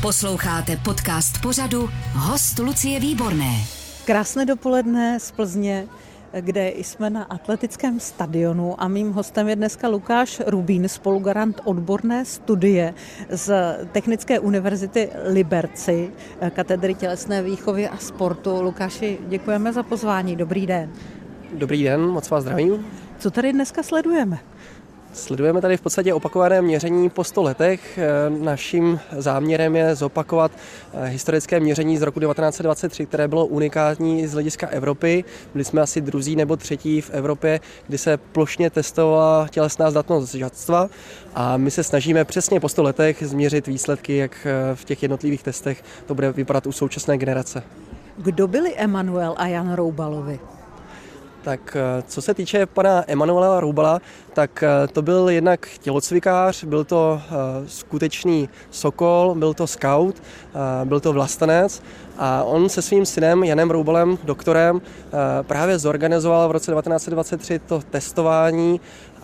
Posloucháte podcast pořadu Host Lucie Výborné. Krásné dopoledne z Plzně, kde jsme na atletickém stadionu a mým hostem je dneska Lukáš Rubín, spolugarant odborné studie z Technické univerzity Liberci, katedry tělesné výchovy a sportu. Lukáši, děkujeme za pozvání. Dobrý den. Dobrý den, moc vás zdravím. Co tady dneska sledujeme? Sledujeme tady v podstatě opakované měření po 100 letech. Naším záměrem je zopakovat historické měření z roku 1923, které bylo unikátní z hlediska Evropy. Byli jsme asi druzí nebo třetí v Evropě, kdy se plošně testovala tělesná zdatnost žadstva a my se snažíme přesně po 100 letech změřit výsledky, jak v těch jednotlivých testech to bude vypadat u současné generace. Kdo byli Emanuel a Jan Roubalovi? Tak co se týče pana Emanuela Roubala, tak to byl jednak tělocvikář, byl to skutečný sokol, byl to scout, byl to vlastenec a on se svým synem Janem Roubalem, doktorem, právě zorganizoval v roce 1923 to testování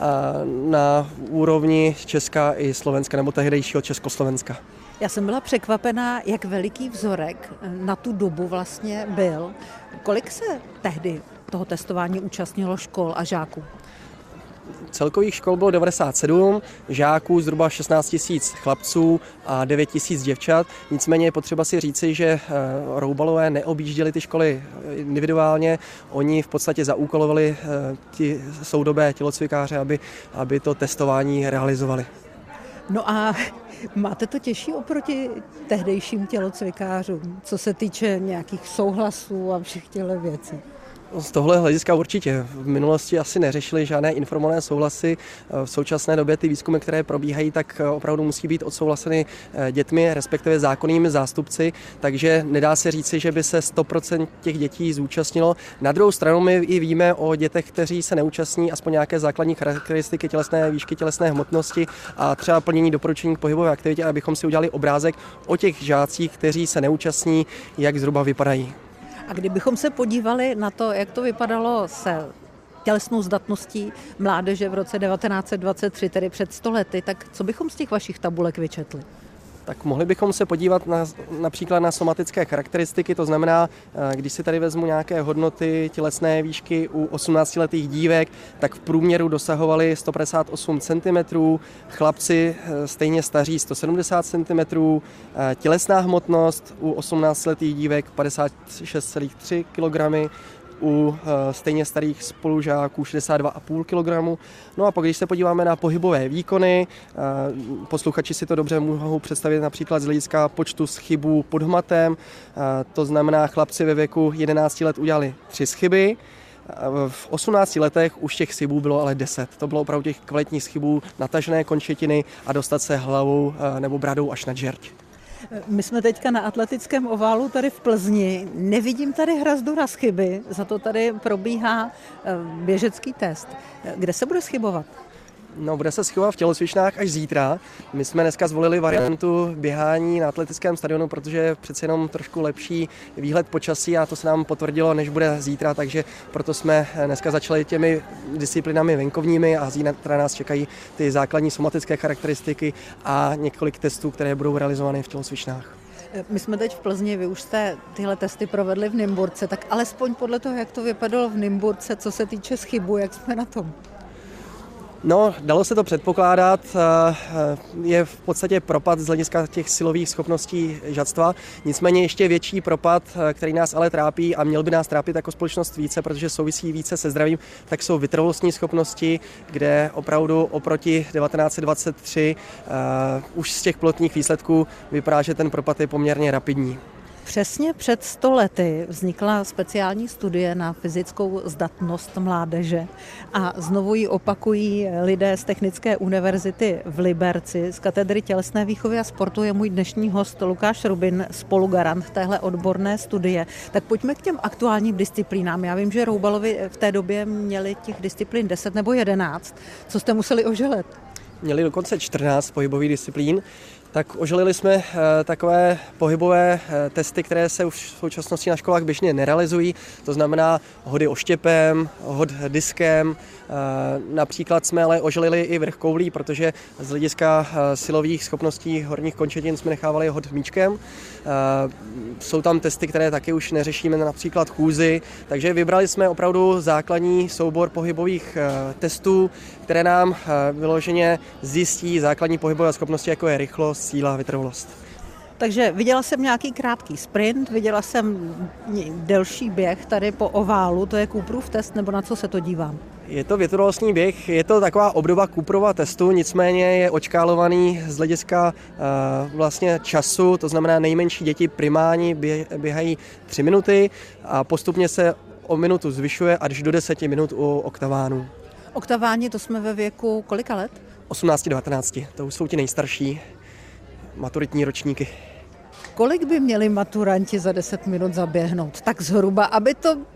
na úrovni Česka i Slovenska, nebo tehdejšího Československa. Já jsem byla překvapená, jak veliký vzorek na tu dobu vlastně byl. Kolik se tehdy toho testování účastnilo škol a žáků? Celkových škol bylo 97, žáků zhruba 16 000 chlapců a 9 000 děvčat. Nicméně je potřeba si říci, že Roubalové neobjížděli ty školy individuálně. Oni v podstatě zaúkolovali ti soudobé tělocvikáře, aby to testování realizovali. No a máte to těžší oproti tehdejším tělocvikářům, co se týče nějakých souhlasů a všech těchto věcí? Z tohle hlediska určitě. V minulosti asi neřešili žádné informované souhlasy. V současné době ty výzkumy, které probíhají, tak opravdu musí být odsouhlaseny dětmi, respektive zákonnými zástupci, takže nedá se říci, že by se 100% těch dětí zúčastnilo. Na druhou stranu my i víme o dětech, kteří se neúčastní aspoň nějaké základní charakteristiky tělesné výšky, tělesné hmotnosti a třeba plnění doporučení k pohybové aktivitě, abychom si udělali obrázek o těch žácích, kteří se neúčastní, jak zhruba vypadají. A kdybychom se podívali na to, jak to vypadalo se tělesnou zdatností mládeže v roce 1923, tedy před 100 lety, tak co bychom z těch vašich tabulek vyčetli? Tak mohli bychom se podívat například na somatické charakteristiky, to znamená, když si tady vezmu nějaké hodnoty tělesné výšky u 18letých dívek, tak v průměru dosahovali 158 cm, chlapci stejně staří 170 cm, tělesná hmotnost u 18letých dívek 56,3 kg, u stejně starých spolužáků 62,5 kg. No a pak, když se podíváme na pohybové výkony, posluchači si to dobře mohou představit například z hlediska počtu schybů pod hmatem, to znamená, chlapci ve věku 11 let udělali 3 chyby, v 18 letech už těch schybů bylo ale 10. To bylo opravdu těch kvalitních schybů, natažené končetiny a dostat se hlavou nebo bradou až na žerť. My jsme teďka na atletickém oválu tady v Plzni. Nevidím tady hrazdu na chyby, za to tady probíhá běžecký test. Kde se bude schybovat? No, bude se schybovat v tělocvičnách až zítra. My jsme dneska zvolili variantu běhání na atletickém stadionu, protože je přece jenom trošku lepší výhled počasí a to se nám potvrdilo, než bude zítra, takže proto jsme dneska začali těmi disciplinami venkovními a zítra nás čekají ty základní somatické charakteristiky a několik testů, které budou realizovány v tělocvičnách. My jsme teď v Plzni, vy už jste tyhle testy provedli v Nymburce, tak alespoň podle toho, jak to vypadalo v Nymburce, co se týče chybu, jak jsme na tom? No, dalo se to předpokládat, je v podstatě propad z hlediska těch silových schopností žadstva, nicméně ještě větší propad, který nás ale trápí a měl by nás trápit jako společnost více, protože souvisí více se zdravím, tak jsou vytrvalostní schopnosti, kde opravdu oproti 1923 už z těch pilotních výsledků vypadá, že ten propad je poměrně rapidní. Přesně před 100 lety vznikla speciální studie na fyzickou zdatnost mládeže a znovu ji opakují lidé z Technické univerzity v Liberci. Z katedry tělesné výchovy a sportu je můj dnešní host Lukáš Rubin, spolugarant téhle odborné studie. Tak pojďme k těm aktuálním disciplínám. Já vím, že Roubalovi v té době měli těch disciplín 10 nebo 11. Co jste museli oželet? Měli dokonce 14 pohybových disciplín. Tak oželili jsme takové pohybové testy, které se už v současnosti na školách běžně nerealizují. To znamená hody oštěpem, hod diskem, Například jsme ale ožilili i vrch koulí, protože z hlediska silových schopností horních končetin jsme nechávali hod míčkem. Jsou tam testy, které taky už neřešíme, například chůzi, takže vybrali jsme opravdu základní soubor pohybových testů, které nám vyloženě zjistí základní pohybové schopnosti, jako je rychlost, síla, vytrvalost. Takže viděla jsem nějaký krátký sprint, viděla jsem delší běh tady po oválu, to je Cooperův test, nebo na co se to dívám? Je to vytrvalostní běh, je to taková obdoba Cooperova testu, nicméně je odškálovaný z hlediska vlastně času, to znamená nejmenší děti primární běhají 3 minuty a postupně se o minutu zvyšuje až do 10 minut u oktavánů. Oktaváni, to jsme ve věku kolika let? 18-19, to už jsou ti nejstarší maturitní ročníky. Kolik by měli maturanti za 10 minut zaběhnout? Tak zhruba, aby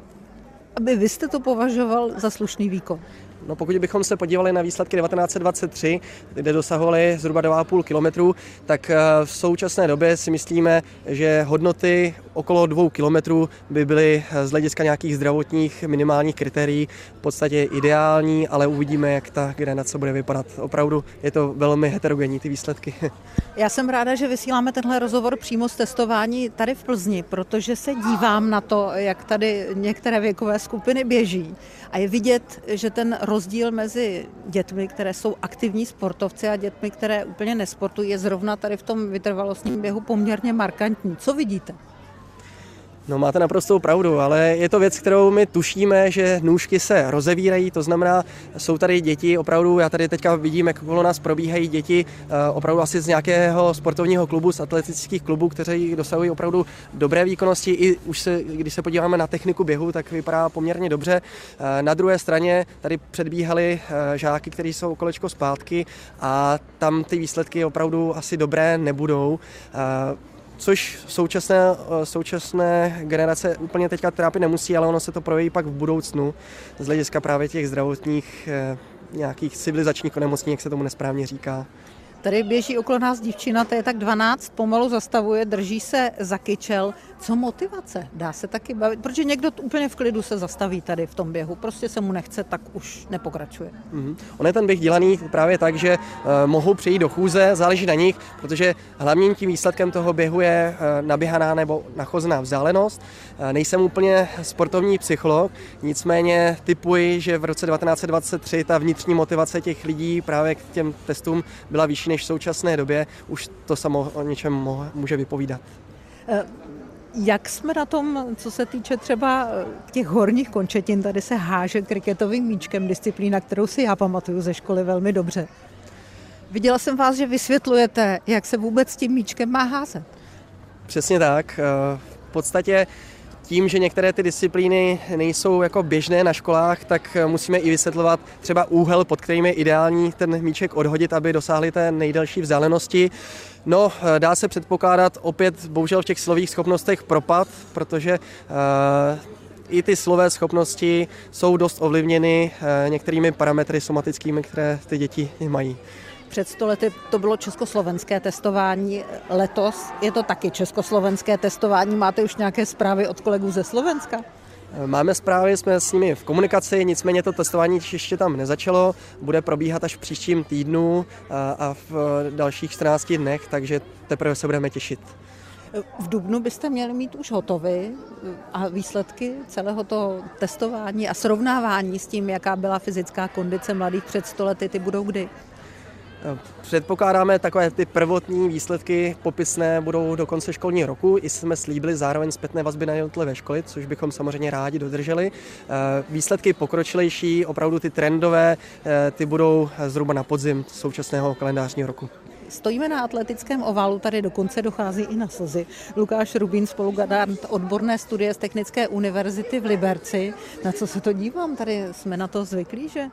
vy jste to považoval za slušný výkon. No, pokud bychom se podívali na výsledky 1923, kde dosahovali zhruba 2,5 kilometru, tak v současné době si myslíme, že hodnoty okolo 2 kilometrů by byly z hlediska nějakých zdravotních minimálních kritérií v podstatě ideální, ale uvidíme, jak ta generace bude vypadat. Opravdu je to velmi heterogenní, ty výsledky. Já jsem ráda, že vysíláme tenhle rozhovor přímo z testování tady v Plzni, protože se dívám na to, jak tady některé věkové skupiny běží a je vidět, že ten rozdíl mezi dětmi, které jsou aktivní sportovci a dětmi, které úplně nesportují, je zrovna tady v tom vytrvalostním běhu poměrně markantní. Co vidíte? No, máte naprostou pravdu, ale je to věc, kterou my tušíme, že nůžky se rozevírají, to znamená, jsou tady děti, opravdu, já tady teďka vidím, jak okolo nás probíhají děti, opravdu asi z nějakého sportovního klubu, z atletických klubů, kteří dosahují opravdu dobré výkonnosti, i už když se podíváme na techniku běhu, tak vypadá poměrně dobře. Na druhé straně tady předbíhali žáky, kteří jsou kolečko zpátky a tam ty výsledky opravdu asi dobré nebudou. Což současné generace úplně teďka trápit nemusí, ale ono se to projeví pak v budoucnu z hlediska právě těch zdravotních nějakých civilizačních onemocnění, jak se tomu nesprávně říká. Tady běží okolo nás dívčina, to je tak 12, pomalu zastavuje, drží se za kyčel. Co motivace? Dá se taky bavit? Protože někdo úplně v klidu se zastaví tady v tom běhu, prostě se mu nechce, tak už nepokračuje. On je ten běh dělaný právě tak, že mohou přejít do chůze, záleží na nich, protože hlavním tím výsledkem toho běhu je naběhaná nebo nachozená vzdálenost. Nejsem úplně sportovní psycholog, nicméně tipuji, že v roce 1923 ta vnitřní motivace těch lidí právě k těm testům byla vyšší než v současné době. Už to samo o něčem může vypovídat. Jak jsme na tom, co se týče třeba těch horních končetin, tady se háže kriketovým míčkem, disciplína, kterou si já pamatuju ze školy velmi dobře. Viděla jsem vás, že vysvětlujete, jak se vůbec tím míčkem má házet. Přesně tak. V podstatě tím, že některé ty disciplíny nejsou jako běžné na školách, tak musíme i vysvětlovat třeba úhel, pod kterým je ideální ten míček odhodit, aby dosáhli té nejdelší vzdálenosti. No, dá se předpokládat opět bohužel v těch silových schopnostech propad, protože i ty silové schopnosti jsou dost ovlivněny některými parametry somatickými, které ty děti mají. Před 100 lety to bylo československé testování, letos je to taky československé testování. Máte už nějaké zprávy od kolegů ze Slovenska? Máme zprávy, jsme s nimi v komunikaci, nicméně to testování ještě tam nezačalo, bude probíhat až v příštím týdnu a v dalších 14 dnech, takže teprve se budeme těšit. V dubnu byste měli mít už hotovy a výsledky celého toho testování a srovnávání s tím, jaká byla fyzická kondice mladých před 100 lety, ty budou kdy? Předpokládáme takové ty prvotní výsledky popisné budou do konce školního roku. I jsme slíbili zároveň zpětné vazby na jednotlivé školy, což bychom samozřejmě rádi dodrželi. Výsledky pokročilejší, opravdu ty trendové, ty budou zhruba na podzim současného kalendářního roku. Stojíme na atletickém oválu, tady dokonce dochází i na slzy. Lukáš Rubín, spolugarant odborné studie z Technické univerzity v Liberci. Na co se to dívám? Tady jsme na to zvyklí, že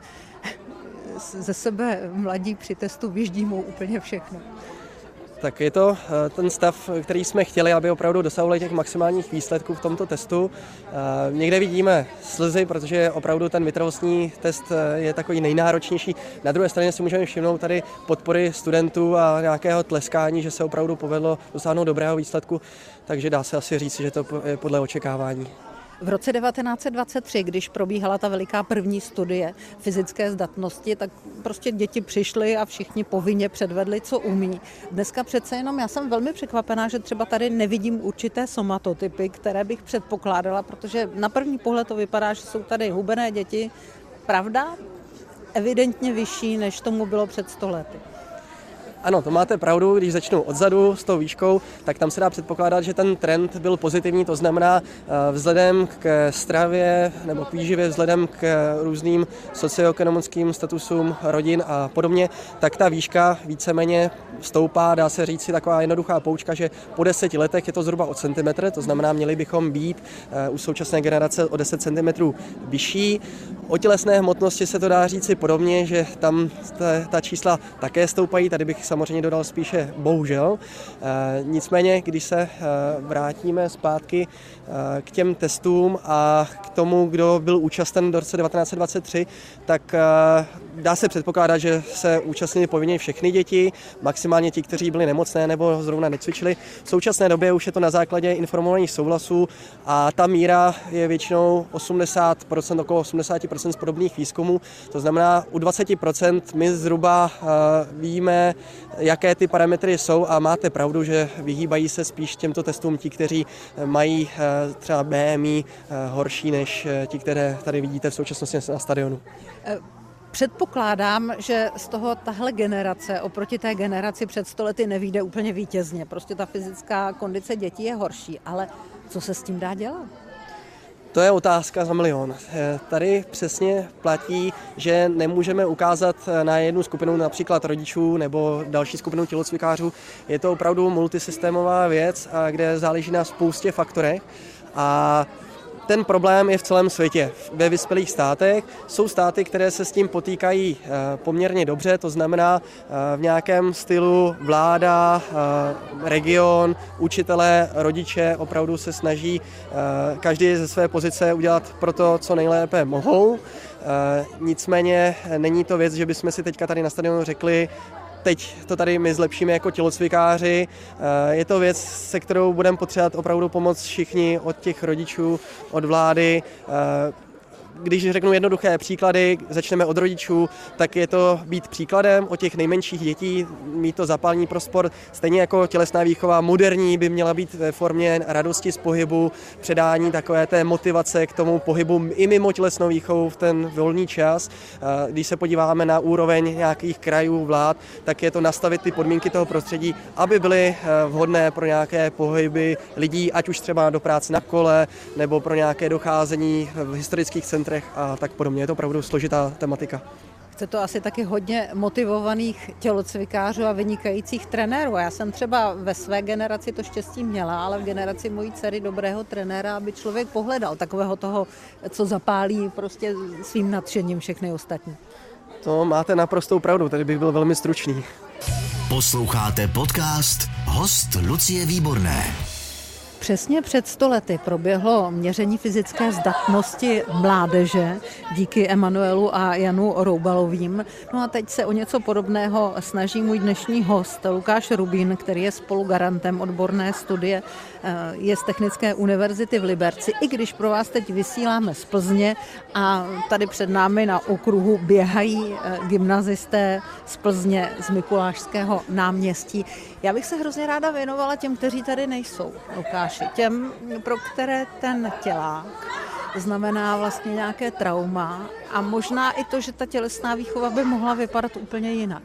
ze sebe mladí při testu vyždímou úplně všechno. Tak je to ten stav, který jsme chtěli, aby opravdu dosahovali těch maximálních výsledků v tomto testu. Někde vidíme slzy, protože opravdu ten vytrvalostní test je takový nejnáročnější. Na druhé straně si můžeme všimnout tady podpory studentů a nějakého tleskání, že se opravdu povedlo dosáhnout dobrého výsledku, takže dá se asi říct, že to je podle očekávání. V roce 1923, když probíhala ta veliká první studie fyzické zdatnosti, tak prostě děti přišly a všichni povinně předvedli, co umí. Dneska přece jenom já jsem velmi překvapená, že třeba tady nevidím určité somatotypy, které bych předpokládala, protože na první pohled to vypadá, že jsou tady hubené děti. Pravda? Evidentně vyšší, než tomu bylo před 100 lety. Ano, to máte pravdu, když začnu odzadu s tou výškou, tak tam se dá předpokládat, že ten trend byl pozitivní, to znamená vzhledem k stravě nebo k výživě, vzhledem k různým socioekonomickým statusům rodin a podobně, tak ta výška víceméně stoupá, dá se říct si taková jednoduchá poučka, že po 10 letech je to zhruba o centimetr, to znamená, měli bychom být u současné generace o 10 cm vyšší. O tělesné hmotnosti se to dá říci podobně, že tam ta čísla také stoupají, tady bych samozřejmě dodal spíše bohužel. Nicméně, když se vrátíme zpátky k těm testům a k tomu, kdo byl účasten do roce 1923, tak dá se předpokládat, že se účastnili povinně všechny děti, maximálně ti, kteří byli nemocné nebo zrovna necvičili. V současné době už je to na základě informovaných souhlasů a ta míra je většinou 80%, okolo 80% z podobných výzkumů. To znamená, u 20% my zhruba víme, jaké ty parametry jsou a máte pravdu, že vyhýbají se spíš těmto testům ti, kteří mají třeba BMI horší než ti, které tady vidíte v současnosti na stadionu. Předpokládám, že z toho tahle generace oproti té generaci před 100 lety nevyjde úplně vítězně. Prostě ta fyzická kondice dětí je horší, ale co se s tím dá dělat? To je otázka za milion. Tady přesně platí, že nemůžeme ukázat na jednu skupinu, například rodičů nebo další skupinu tělocvikářů. Je to opravdu multisystémová věc, kde záleží na spoustě faktorech a ten problém je v celém světě. Ve vyspělých státech jsou státy, které se s tím potýkají poměrně dobře, to znamená v nějakém stylu vláda, region, učitelé, rodiče opravdu se snaží každý ze své pozice udělat pro to, co nejlépe mohou. Nicméně není to věc, že bychom si teďka tady na stadionu řekli, teď to tady my zlepšíme jako tělocvikáři. Je to věc, se kterou budeme potřebovat opravdu pomoct všichni, od těch rodičů, od vlády. Když řeknu jednoduché příklady, začneme od rodičů, tak je to být příkladem od těch nejmenších dětí, mít to zapálení pro sport. Stejně jako tělesná výchova moderní by měla být ve formě radosti z pohybu, předání takové té motivace k tomu pohybu i mimo tělesnou výchovu v ten volný čas. Když se podíváme na úroveň nějakých krajů, vlád, tak je to nastavit ty podmínky toho prostředí, aby byly vhodné pro nějaké pohyby lidí, ať už třeba do práce na kole, nebo pro nějaké docházení v historických centrech a tak podobně. Je to opravdu složitá tematika. Chce to asi taky hodně motivovaných tělocvikářů a vynikajících trenérů. Já jsem třeba ve své generaci to štěstí měla, ale v generaci mojí dcery dobrého trenéra, aby člověk pohledal takového toho, co zapálí prostě svým nadšením všechny ostatní. To máte naprostou pravdu, tady bych byl velmi stručný. Posloucháte podcast Host Lucie Výborné. Přesně před 100 lety proběhlo měření fyzické zdatnosti mládeže díky Emanuelu a Janu Roubalovým. No a teď se o něco podobného snaží můj dnešní host Lukáš Rubín, který je spolugarantem odborné studie, je z Technické univerzity v Liberci, i když pro vás teď vysíláme z Plzně a tady před námi na okruhu běhají gymnazisté z Plzně, z Mikulášského náměstí. Já bych se hrozně ráda věnovala těm, kteří tady nejsou, Lukáši, těm, pro které ten tělák znamená vlastně nějaké trauma a možná i to, že ta tělesná výchova by mohla vypadat úplně jinak.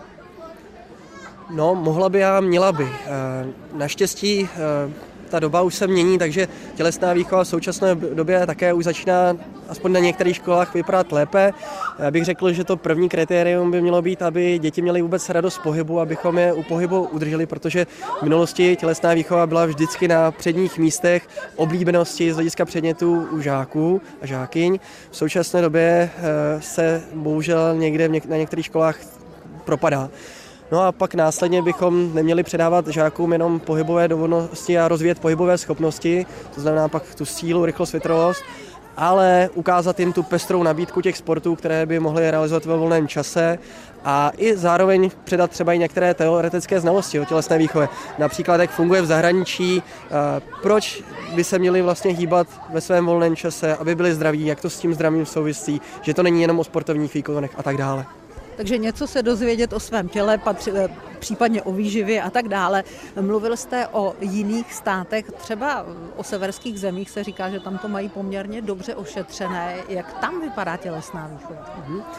No, mohla by a měla by. Naštěstí ta doba už se mění, takže tělesná výchova v současné době také už začíná aspoň na některých školách vypadat lépe. Já bych řekl, že to první kritérium by mělo být, aby děti měly vůbec radost pohybu, abychom je u pohybu udrželi, protože v minulosti tělesná výchova byla vždycky na předních místech oblíbenosti z hlediska předmětů u žáků a žákyň. V současné době se bohužel někde na některých školách propadá. No a pak následně bychom neměli předávat žákům jenom pohybové dovednosti a rozvíjet pohybové schopnosti, to znamená pak tu sílu, rychlost, vytrvalost, ale ukázat jim tu pestrou nabídku těch sportů, které by mohly realizovat ve volném čase a i zároveň předat třeba i některé teoretické znalosti o tělesné výchově. Například, jak funguje v zahraničí, proč by se měli vlastně hýbat ve svém volném čase, aby byli zdraví, jak to s tím zdravím souvisí, že to není jenom o sportovních výkonech a tak dále. Takže něco se dozvědět o svém těle, případně o výživě a tak dále. Mluvil jste o jiných státech, třeba o severských zemích se říká, že tam to mají poměrně dobře ošetřené. Jak tam vypadá tělesná výchova?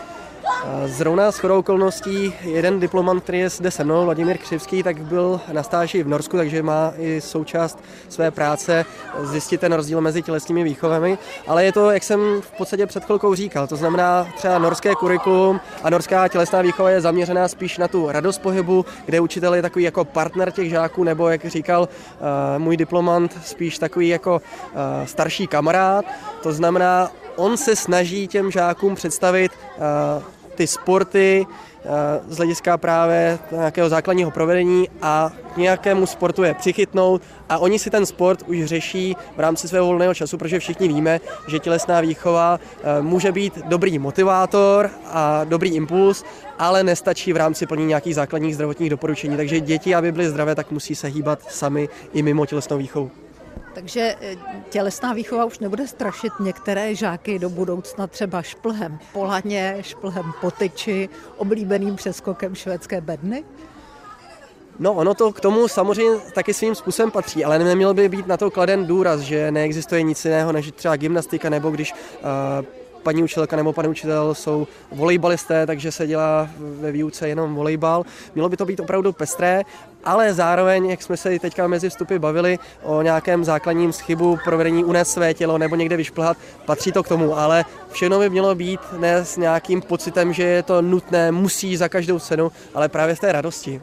Zrovna shodou okolností jeden diplomant, který je zde se mnou, Vladimír Křivský, tak byl na stáži v Norsku, takže má i součást své práce zjistit ten rozdíl mezi tělesnými výchovami, ale je to, jak jsem v podstatě před chvilkou říkal, to znamená třeba norské kurikulum a norská tělesná výchova je zaměřená spíš na tu radost pohybu, kde učitel je takový jako partner těch žáků, nebo jak říkal můj diplomant, spíš takový jako starší kamarád, to znamená, on se snaží těm žákům představit ty sporty z hlediska právě nějakého základního provedení a k nějakému sportu je přichytnout a oni si ten sport už řeší v rámci svého volného času, protože všichni víme, že tělesná výchova může být dobrý motivátor a dobrý impuls, ale nestačí v rámci plnění nějakých základních zdravotních doporučení. Takže děti, aby byly zdravé, tak musí se hýbat sami i mimo tělesnou výchovu. Takže tělesná výchova už nebude strašit některé žáky do budoucna třeba šplhem po laně, šplhem po tyči, oblíbeným přeskokem švédské bedny? No, ono to k tomu samozřejmě taky svým způsobem patří, ale neměl by být na to kladen důraz, že neexistuje nic jiného než třeba gymnastika, nebo když paní učitelka nebo pan učitel jsou volejbalisté, takže se dělá ve výuce jenom volejbal. Mělo by to být opravdu pestré, ale zároveň, jak jsme se teďka mezi vstupy bavili o nějakém základním schybu, provedení unést své tělo nebo někde vyšplhat, patří to k tomu, ale všechno by mělo být ne s nějakým pocitem, že je to nutné, musí za každou cenu, ale právě z té radosti.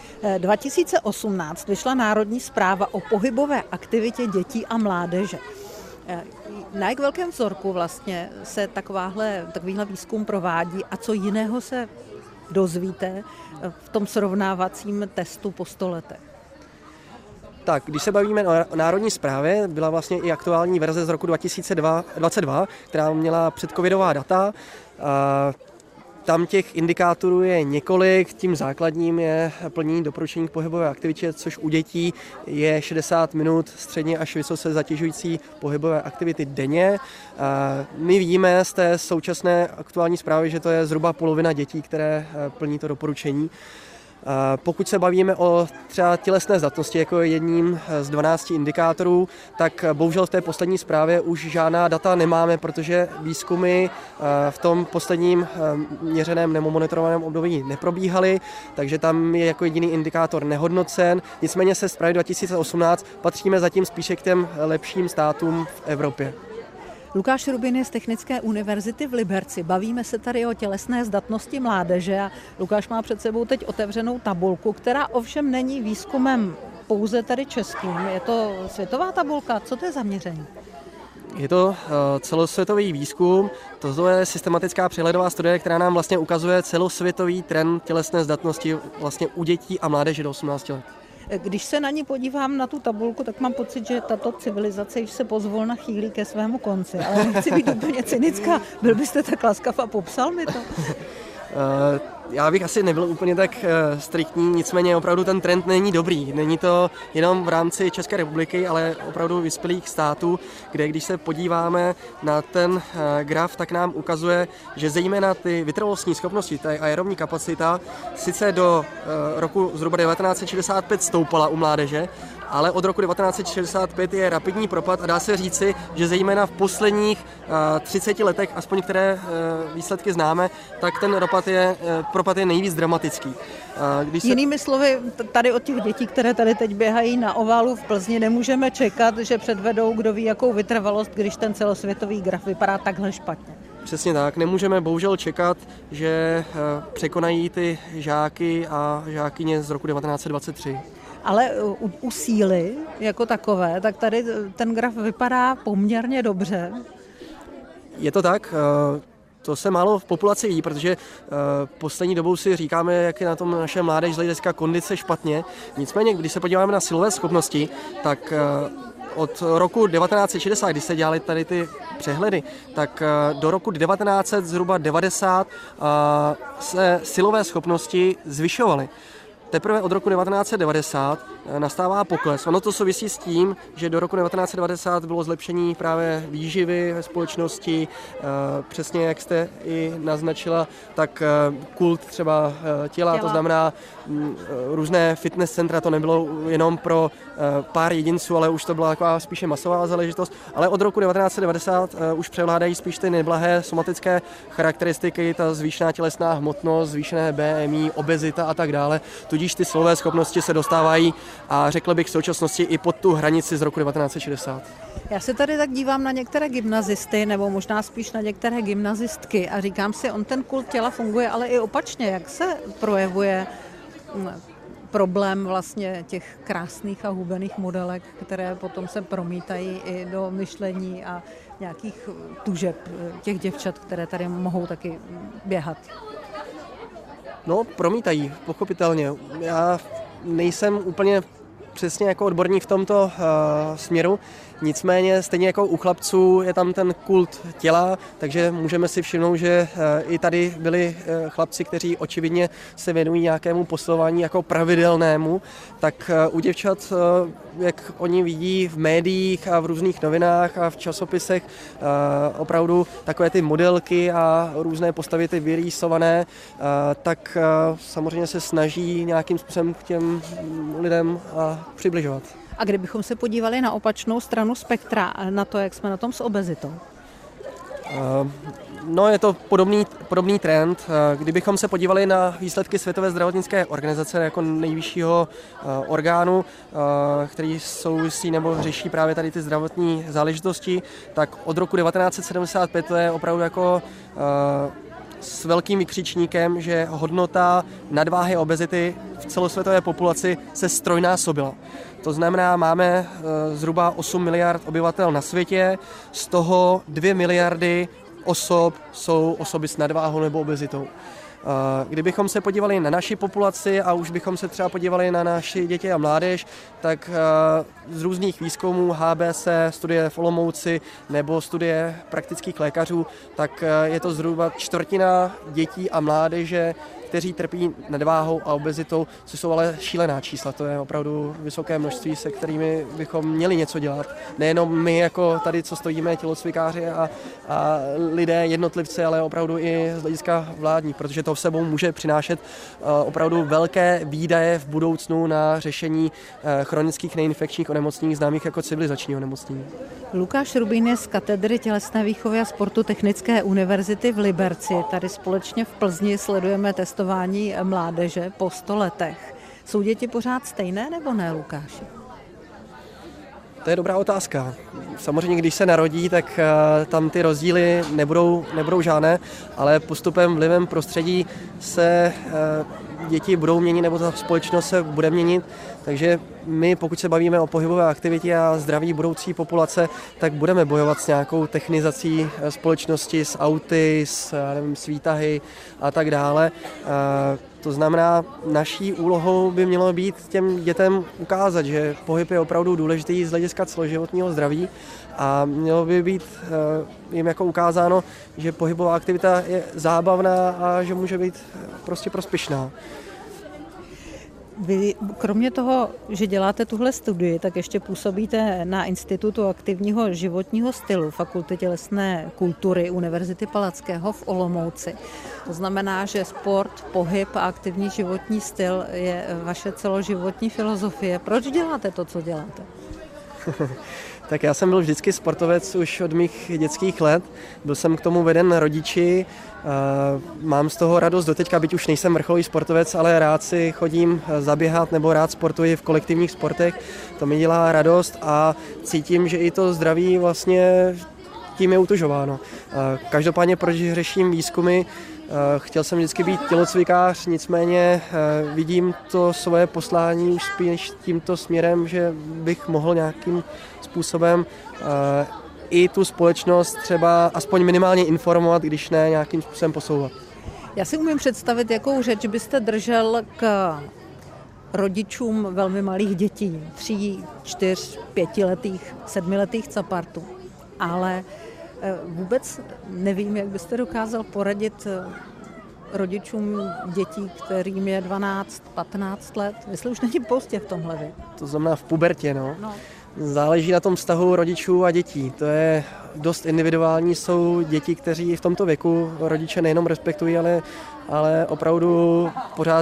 2018 vyšla národní zpráva o pohybové aktivitě dětí a mládeže. Na jak velkém vzorku vlastně se takovýhle výzkum provádí a co jiného se dozvíte v tom srovnávacím testu po 100 letech? Tak, když se bavíme o národní zprávě, byla vlastně i aktuální verze z roku 2022, která měla předcovidová data. Tam těch indikátorů je několik, tím základním je plnění doporučení k pohybové aktivitě, což u dětí je 60 minut středně až vysoce zatěžující pohybové aktivity denně. My víme z té současné aktuální zprávy, že to je zhruba polovina dětí, které plní to doporučení. Pokud se bavíme o třeba tělesné zdatnosti jako jedním z 12 indikátorů, tak bohužel v té poslední zprávě už žádná data nemáme, protože výzkumy v tom posledním měřeném nebo monitorovaném období neprobíhaly, takže tam je jako jediný indikátor nehodnocen. Nicméně se zprávy 2018 patříme zatím spíše k těm lepším státům v Evropě. Lukáš Rubin je z Technické univerzity v Liberci. Bavíme se tady o tělesné zdatnosti mládeže a Lukáš má před sebou teď otevřenou tabulku, která ovšem není výzkumem pouze tady českým. Je to světová tabulka? Co to je zaměření? Je to celosvětový výzkum, to je systematická přehledová studie, která nám vlastně ukazuje celosvětový trend tělesné zdatnosti vlastně u dětí a mládeže do 18 let. Když se na ní podívám na tu tabulku, tak mám pocit, že tato civilizace již se pozvolna chýlí ke svému konci. Ale nechci být úplně cynická. Byl byste tak laskav a popsal mi to? Já bych asi nebyl úplně tak striktní, nicméně opravdu ten trend není dobrý. Není to jenom v rámci České republiky, ale opravdu vyspělých států, kde když se podíváme na ten graf, tak nám ukazuje, že zejména ty vytrvalostní schopnosti, ta aerobní kapacita, sice do roku zhruba 1965 stoupala u mládeže, ale od roku 1965 je rapidní propad a dá se říci, že zejména v posledních 30 letech, aspoň které výsledky známe, tak ten propad je nejvíc dramatický. Jinými slovy, tady od těch dětí, které tady teď běhají na oválu v Plzni, nemůžeme čekat, že předvedou kdo ví jakou vytrvalost, když ten celosvětový graf vypadá takhle špatně. Přesně tak, nemůžeme bohužel čekat, že překonají ty žáky a žákyně z roku 1923. Ale u síly jako takové, tak tady ten graf vypadá poměrně dobře. Je to tak, to se málo v populaci ví, protože poslední dobou si říkáme, jak je na tom naše mládež z hlediska kondice špatně. Nicméně, když se podíváme na silové schopnosti, tak od roku 1960, kdy se dělaly tady ty přehledy, tak do roku 1900 zhruba 90 se silové schopnosti zvyšovaly. Teprve od roku 1990 nastává pokles. Ono to souvisí s tím, že do roku 1990 bylo zlepšení právě výživy ve společnosti. Přesně jak jste i naznačila, tak kult třeba těla, to znamená různé fitness centra, to nebylo jenom pro pár jedinců, ale už to byla taková spíše masová záležitost. Ale od roku 1990 už převládají spíš ty neblahé somatické charakteristiky, ta zvýšená tělesná hmotnost, zvýšené BMI, obezita a tak dále. Tudíž ty silové schopnosti se dostávají a řekl bych v současnosti i pod tu hranici z roku 1960. Já se tady tak dívám na některé gymnazisty, nebo možná spíš na některé gymnazistky a říkám si, on ten kult těla funguje, ale i opačně. Jak se projevuje problém vlastně těch krásných a hubených modelek, které potom se promítají i do myšlení a nějakých tužeb těch děvčat, které tady mohou taky běhat? No, promítají, pochopitelně. Já nejsem úplně přesně jako odborník v tomto směru, nicméně stejně jako u chlapců je tam ten kult těla, takže můžeme si všimnout, že i tady byli chlapci, kteří očividně se věnují nějakému posilování jako pravidelnému, tak u děvčat, jak oni vidí v médiích a v různých novinách a v časopisech opravdu takové ty modelky a různé postavy ty vyrýsované, tak samozřejmě se snaží nějakým způsobem k těm lidem přibližovat. A kdybychom se podívali na opačnou stranu spektra, na to, jak jsme na tom s obezitou? No, je to podobný trend. Kdybychom se podívali na výsledky Světové zdravotnické organizace jako nejvyššího orgánu, který souvisí nebo řeší právě tady ty zdravotní záležitosti, tak od roku 1975 to je opravdu jako s velkým vykřičníkem, že hodnota nadváhy a obezity v celosvětové populaci se ztrojnásobila. To znamená, máme zhruba 8 miliard obyvatel na světě, z toho 2 miliardy osob jsou osoby s nadváhou nebo obezitou. Kdybychom se podívali na naši populaci a už bychom se třeba podívali na naši děti a mládež, tak z různých výzkumů HBS, studie v Olomouci nebo studie praktických lékařů, tak je to zhruba čtvrtina dětí a mládeže, kteří trpí nadváhou a obezitou, což jsou ale šílená čísla. To je opravdu vysoké množství, se kterými bychom měli něco dělat. Nejenom my, jako tady, co stojíme, tělocvikáři a lidé, jednotlivci, ale opravdu i z hlediska vládní, protože to v sebou může přinášet opravdu velké výdaje v budoucnu na řešení chronických neinfekčních onemocnění známých jako civilizační onemocnění. Lukáš Rubín je z katedry tělesné výchovy a sportu Technické univerzity v Liberci. Tady společně v Plzni sledujeme testování mládeže po 100 letech. Jsou děti pořád stejné nebo ne, Lukáši? To je dobrá otázka. Samozřejmě, když se narodí, tak tam ty rozdíly nebudou žádné, ale postupem vlivem prostředí se děti budou měnit, nebo ta společnost se bude měnit. Takže my, pokud se bavíme o pohybové aktivitě a zdraví budoucí populace, tak budeme bojovat s nějakou technizací společnosti, s auty, s výtahy a tak dále. To znamená, naší úlohou by mělo být těm dětem ukázat, že pohyb je opravdu důležitý z hlediska celoživotního zdraví a mělo by být jim jako ukázáno, že pohybová aktivita je zábavná a že může být prostě prospěšná. Vy kromě toho, že děláte tuhle studii, tak ještě působíte na Institutu aktivního životního stylu Fakulty tělesné kultury Univerzity Palackého v Olomouci. To znamená, že sport, pohyb a aktivní životní styl je vaše celoživotní filozofie. Proč děláte to, co děláte? Tak já jsem byl vždycky sportovec už od mých dětských let. Byl jsem k tomu veden rodiči. Mám z toho radost doteďka, byť už nejsem vrcholový sportovec, ale rád si chodím zaběhat nebo rád sportuji v kolektivních sportech. To mi dělá radost a cítím, že i to zdraví vlastně tím je utužováno. Každopádně, proč řeším výzkumy, chtěl jsem vždycky být tělocvikář, nicméně vidím to svoje poslání už spíš tímto směrem, že bych mohl nějakým způsobem i tu společnost třeba aspoň minimálně informovat, když ne nějakým způsobem posouvat. Já si umím představit, jakou řeč byste držel k rodičům velmi malých dětí, 3, 4, 5letých, 7letých capartů. Ale vůbec nevím, jak byste dokázal poradit rodičům dětí, kterým je 12, 15 let. Jestli už není pozdě v tomhle věku. To znamená v pubertě, no. Záleží na tom vztahu rodičů a dětí. To je dost individuální. Jsou děti, kteří v tomto věku rodiče nejenom respektují, ale opravdu pořád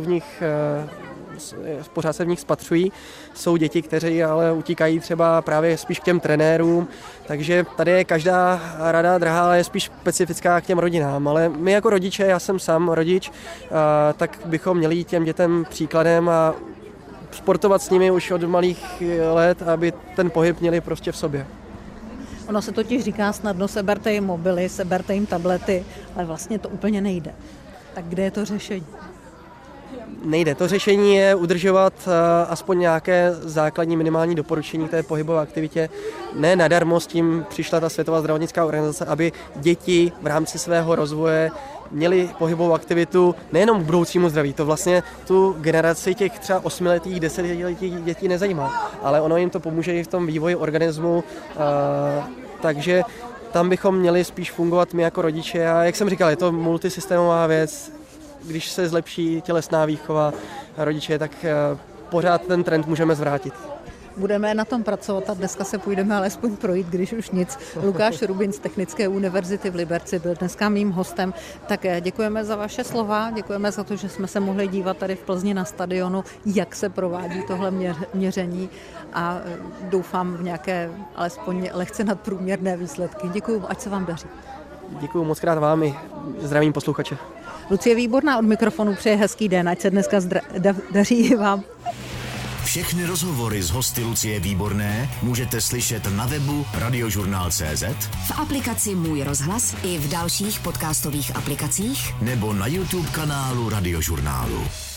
se v nich spatřují. Jsou děti, kteří ale utíkají třeba právě spíš k těm trenérům, takže tady je každá rada drahá, ale je spíš specifická k těm rodinám. Ale my jako rodiče, já jsem sám rodič, tak bychom měli jít těm dětem příkladem a sportovat s nimi už od malých let, aby ten pohyb měli prostě v sobě. Ono se totiž říká snadno, seberte jim mobily, seberte jim tablety, ale vlastně to úplně nejde. Tak kde je to řešení? Nejde. To řešení je udržovat aspoň nějaké základní minimální doporučení té pohybové aktivitě. Ne nadarmo s tím přišla ta Světová zdravotnická organizace, aby děti v rámci svého rozvoje měli pohybovou aktivitu nejenom k budoucímu zdraví. To vlastně tu generaci těch třeba 8letých, 10letých dětí nezajímá, ale ono jim to pomůže i v tom vývoji organismu, takže tam bychom měli spíš fungovat my jako rodiče a jak jsem říkal, je to multisystémová věc. Když se zlepší tělesná výchova rodiče, tak pořád ten trend můžeme zvrátit. Budeme na tom pracovat a dneska se půjdeme alespoň projít, když už nic. Lukáš Rubin z Technické univerzity v Liberci byl dneska mým hostem. Tak děkujeme za vaše slova, děkujeme za to, že jsme se mohli dívat tady v Plzni na stadionu, jak se provádí tohle měření a doufám v nějaké alespoň lehce nadprůměrné výsledky. Děkuju, ať se vám daří. Děkuju moc krát vám i zdravím posluchače. Lucie Výborná od mikrofonu přeje hezký den, ať se dneska daří i vám. Všechny rozhovory s hosty Lucie Výborné můžete slyšet na webu Radiožurnál.cz, v aplikaci Můj rozhlas i v dalších podcastových aplikacích nebo na YouTube kanálu Radiožurnálu.